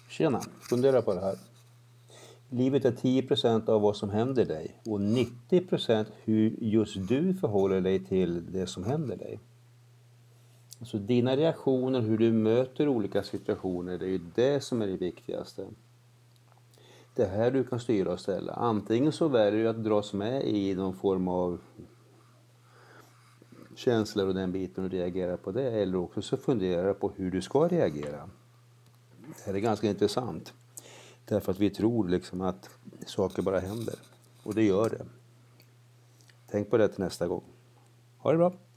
Tjena, fundera på det här. Livet är 10% av vad som händer dig och 90% hur just du förhåller dig till det som händer dig. Alltså dina reaktioner, hur du möter olika situationer, det är ju det som är det viktigaste. Det här du kan styra och ställa. Antingen så väljer du att dras med i någon form av känslor och den biten och reagera på det. Eller också så fundera på hur du ska reagera. Det här är ganska intressant. Därför att vi tror liksom att saker bara händer. Och det gör det. Tänk på det till nästa gång. Ha det bra!